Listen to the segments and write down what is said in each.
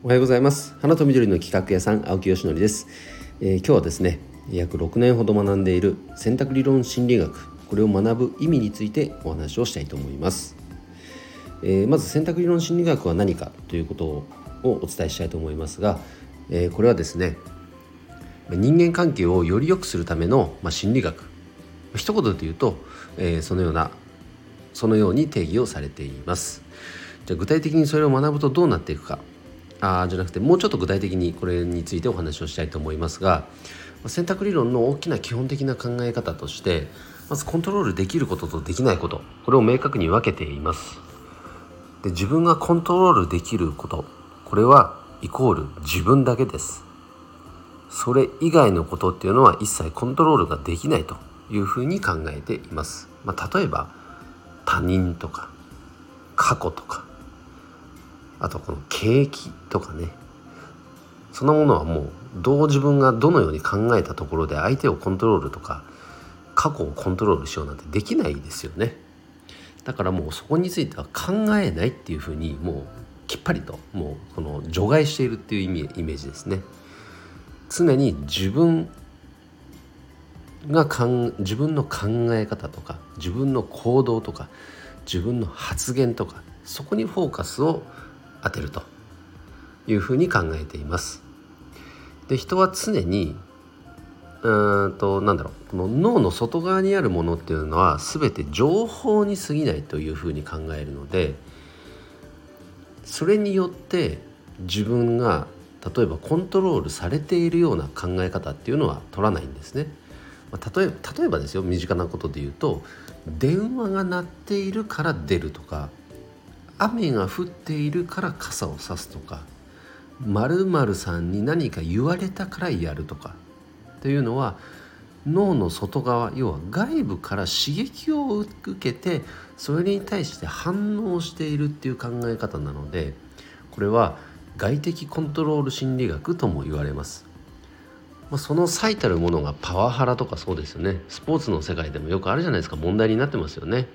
おはようございます。花と緑の企画屋さん、青木よしのりです。今日はですね、約6年ほど学んでいる選択理論心理学、これを学ぶ意味についてお話をしたいと思います。まず選択理論心理学は何かということをお伝えしたいと思いますが、これはですね、人間関係をより良くするための、心理学、一言で言うと、そのように定義をされています。じゃあ具体的にそれを学ぶとどうなっていくかじゃなくて、もうちょっと具体的にこれについてお話をしたいと思いますが、選択理論の大きな基本的な考え方として、まずコントロールできることとできないこと、これを明確に分けています。で、自分がコントロールできること、これはイコール自分だけです。それ以外のことっていうのは一切コントロールができないというふうに考えています。例えば他人とか過去とか、あとこの景気とかね、そのものはもう自分がどのように考えたところで相手をコントロールとか過去をコントロールしようなんてできないですよね。だからもうそこについては考えないっていうふうに、もうきっぱりともうこの除外しているっていうイメージですね。常に自分の考え方とか自分の行動とか自分の発言とか、そこにフォーカスを当てるというふうに考えています。で、人は常にこの脳の外側にあるものっていうのは全て情報に過ぎないというふうに考えるので、それによって自分が例えばコントロールされているような考え方っていうのは取らないんですね。例えばですよ、身近なことで言うと、電話が鳴っているから出るとか、雨が降っているから傘を差すとか、〇〇さんに何か言われたからやるとかというのは、脳の外側、要は外部から刺激を受けてそれに対して反応しているっていう考え方なので、これは外的コントロール心理学とも言われます。その最たるものがパワハラとかそうですよね。スポーツの世界でもよくあるじゃないですか。問題になってますよね。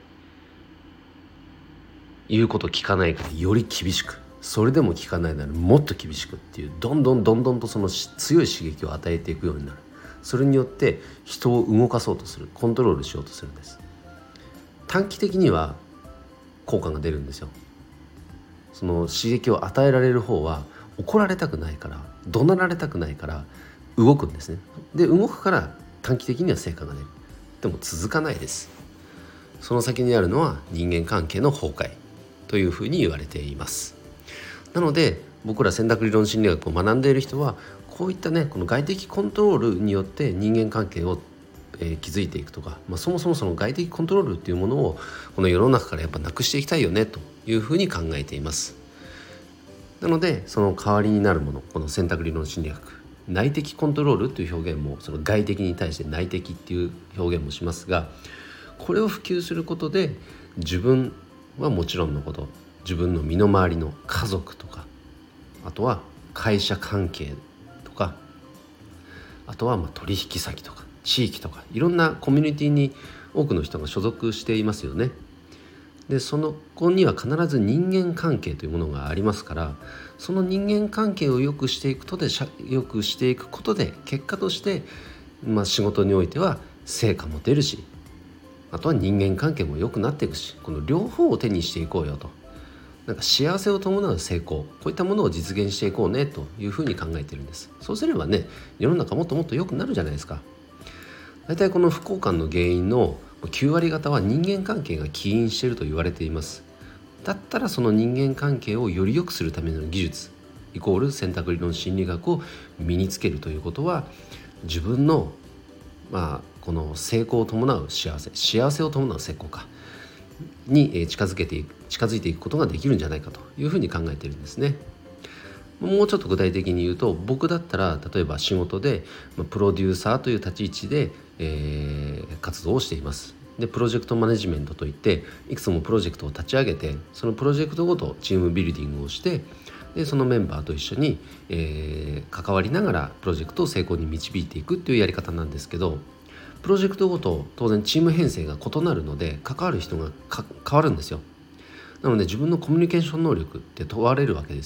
言うこと聞かないからより厳しく、それでも聞かないならもっと厳しくっていう、どんどんとその強い刺激を与えていくようになる。それによって人を動かそうとする、コントロールしようとするんです。短期的には効果が出るんですよ。その刺激を与えられる方は怒られたくないから、怒鳴られたくないから動くんですね。で、動くから短期的には成果が出る。でも続かないです。その先にあるのは人間関係の崩壊というふうに言われています。なので僕ら選択理論心理学を学んでいる人は、こういったね、この外的コントロールによって人間関係を築いていくとか、そもそもその外的コントロールっていうものをこの世の中からやっぱなくしていきたいよねというふうに考えています。なのでその代わりになるもの、この選択理論心理学、内的コントロールという表現も、その外的に対して内的っていう表現もしますが、これを普及することで自分はもちろんのこと、自分の身の回りの家族とか、あとは会社関係とか、あとは取引先とか地域とか、いろんなコミュニティに多くの人が所属していますよね。で、その子には必ず人間関係というものがありますから、その人間関係を良くしていくことで結果として、仕事においては成果も出るし、あとは人間関係も良くなっていくし、この両方を手にしていこうよと、幸せを伴う成功、こういったものを実現していこうねというふうに考えているんです。そうすればね、世の中もっともっと良くなるじゃないですか。だいたいこの不幸感の原因の9割方は人間関係が起因していると言われています。だったらその人間関係をより良くするための技術イコール選択理論心理学を身につけるということは、自分のこの成功を伴う幸せを伴う成功に近づいていくことができるんじゃないかというふうに考えているんですね。もうちょっと具体的に言うと、僕だったら例えば仕事でプロデューサーという立ち位置で、活動をしています。で、プロジェクトマネジメントといって、いくつもプロジェクトを立ち上げて、そのプロジェクトごとチームビルディングをして、でそのメンバーと一緒に、関わりながらプロジェクトを成功に導いていくっていうやり方なんですけど、プロジェクトごと当然チーム編成が異なるので、関わる人が変わるんですよ。なので自分のコミュニケーション能力って問われるわけですよね。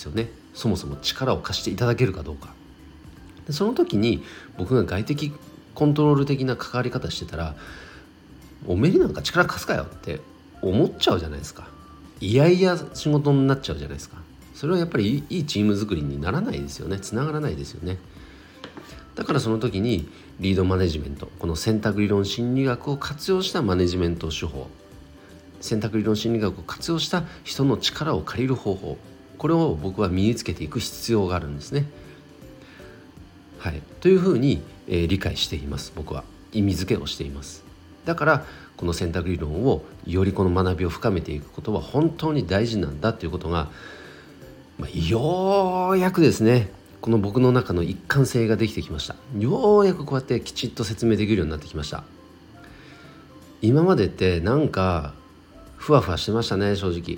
そもそも力を貸していただけるかどうか。でその時に僕が外的コントロール的な関わり方してたら、おめえになんか力貸すかよって思っちゃうじゃないですか。いやいや仕事になっちゃうじゃないですか。それはやっぱりいいチーム作りにならないですよね。つながらないですよね。だからその時にリードマネジメント、この選択理論心理学を活用したマネジメント手法、選択理論心理学を活用した人の力を借りる方法、これを僕は身につけていく必要があるんですね。はい、というふうに、理解しています。僕は意味付けをしています。だからこの選択理論をよりこの学びを深めていくことは本当に大事なんだということが、ようやくですね、この僕の中の一貫性ができてきました。ようやくこうやってきちっと説明できるようになってきました。今までってなんかふわふわしてましたね、正直。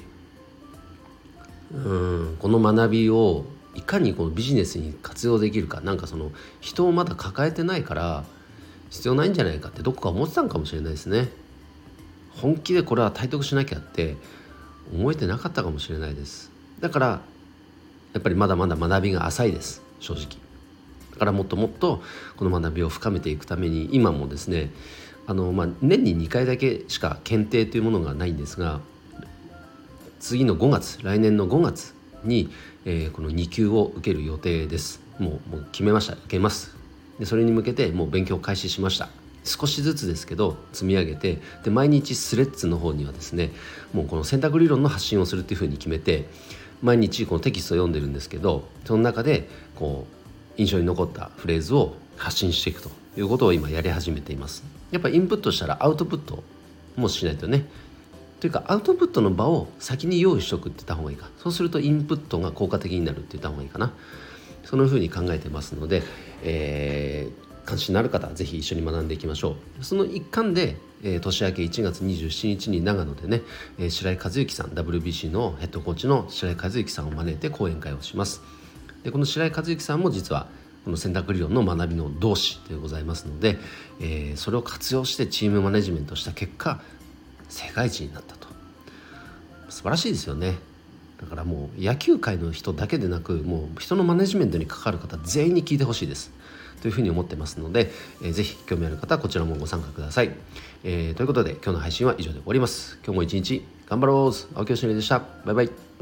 この学びをいかにこのビジネスに活用できるか、なんかその人をまだ抱えてないから必要ないんじゃないかってどこか思ってたのかもしれないですね。本気でこれは体得しなきゃって思えてなかったかもしれないです。だからやっぱりまだまだ学びが浅いです、正直。だからもっともっとこの学びを深めていくために今もですね、年に2回だけしか検定というものがないんですが、次の5月、来年の5月に、この2級を受ける予定です。もう決めました。受けます。でそれに向けてもう勉強開始しました。少しずつですけど積み上げて、で毎日スレッズの方にはですね、もうこの選択理論の発信をするっていうふうに決めて、毎日このテキストを読んでるんですけど、その中でこう印象に残ったフレーズを発信していくということを今やり始めています。やっぱインプットしたらアウトプットもしないとね。というかアウトプットの場を先に用意しておくって言った方がいいか。そうするとインプットが効果的になるって言った方がいいかな。そのふうに考えてますので、関心のある方はぜひ一緒に学んでいきましょう。その一環で、年明け1月27日に長野でね、白井和幸さん WBC のヘッドコーチの白井和幸さんを招いて講演会をします。でこの白井和幸さんも実はこの選択理論の学びの同志でございますので、それを活用してチームマネジメントした結果世界一になったと。素晴らしいですよね。だからもう野球界の人だけでなく、もう人のマネジメントに関わる方全員に聞いてほしいですというふうに思ってますので、ぜひ興味ある方はこちらもご参加ください。ということで今日の配信は以上で終わります。今日も一日頑張ろう。青木よしのりでした。バイバイ。